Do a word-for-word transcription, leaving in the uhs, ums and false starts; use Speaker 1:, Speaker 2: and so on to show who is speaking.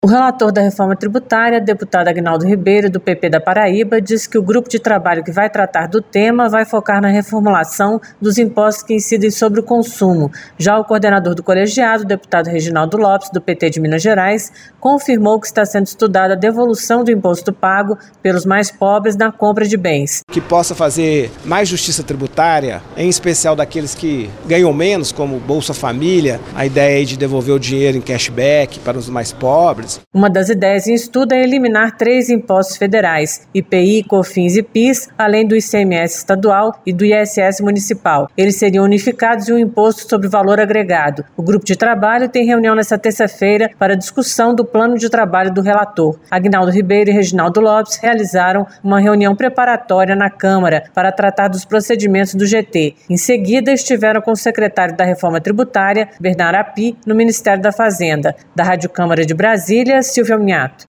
Speaker 1: O relator da reforma tributária, deputado Aguinaldo Ribeiro, do P P da Paraíba, disse que o grupo de trabalho que vai tratar do tema vai focar na reformulação dos impostos que incidem sobre o consumo. Já o coordenador do colegiado, o deputado Reginaldo Lopes, do P T de Minas Gerais, confirmou que está sendo estudada a devolução do imposto pago pelos mais pobres na compra de bens.
Speaker 2: Que possa fazer mais justiça tributária, em especial daqueles que ganham menos, como Bolsa Família, a ideia de devolver o dinheiro em cashback para os mais pobres.
Speaker 1: Uma das ideias em estudo é eliminar três impostos federais, I P I, COFINS e PIS, além do I C M S estadual e do I S S municipal. Eles seriam unificados em um imposto sobre valor agregado. O grupo de trabalho tem reunião nesta terça-feira para discussão do plano de trabalho do relator. Aguinaldo Ribeiro e Reginaldo Lopes realizaram uma reunião preparatória na Câmara para tratar dos procedimentos do G T. Em seguida, estiveram com o secretário da Reforma Tributária, Bernardo Api, no Ministério da Fazenda. Da Rádio Câmara de Brasília, Silvia Minhato.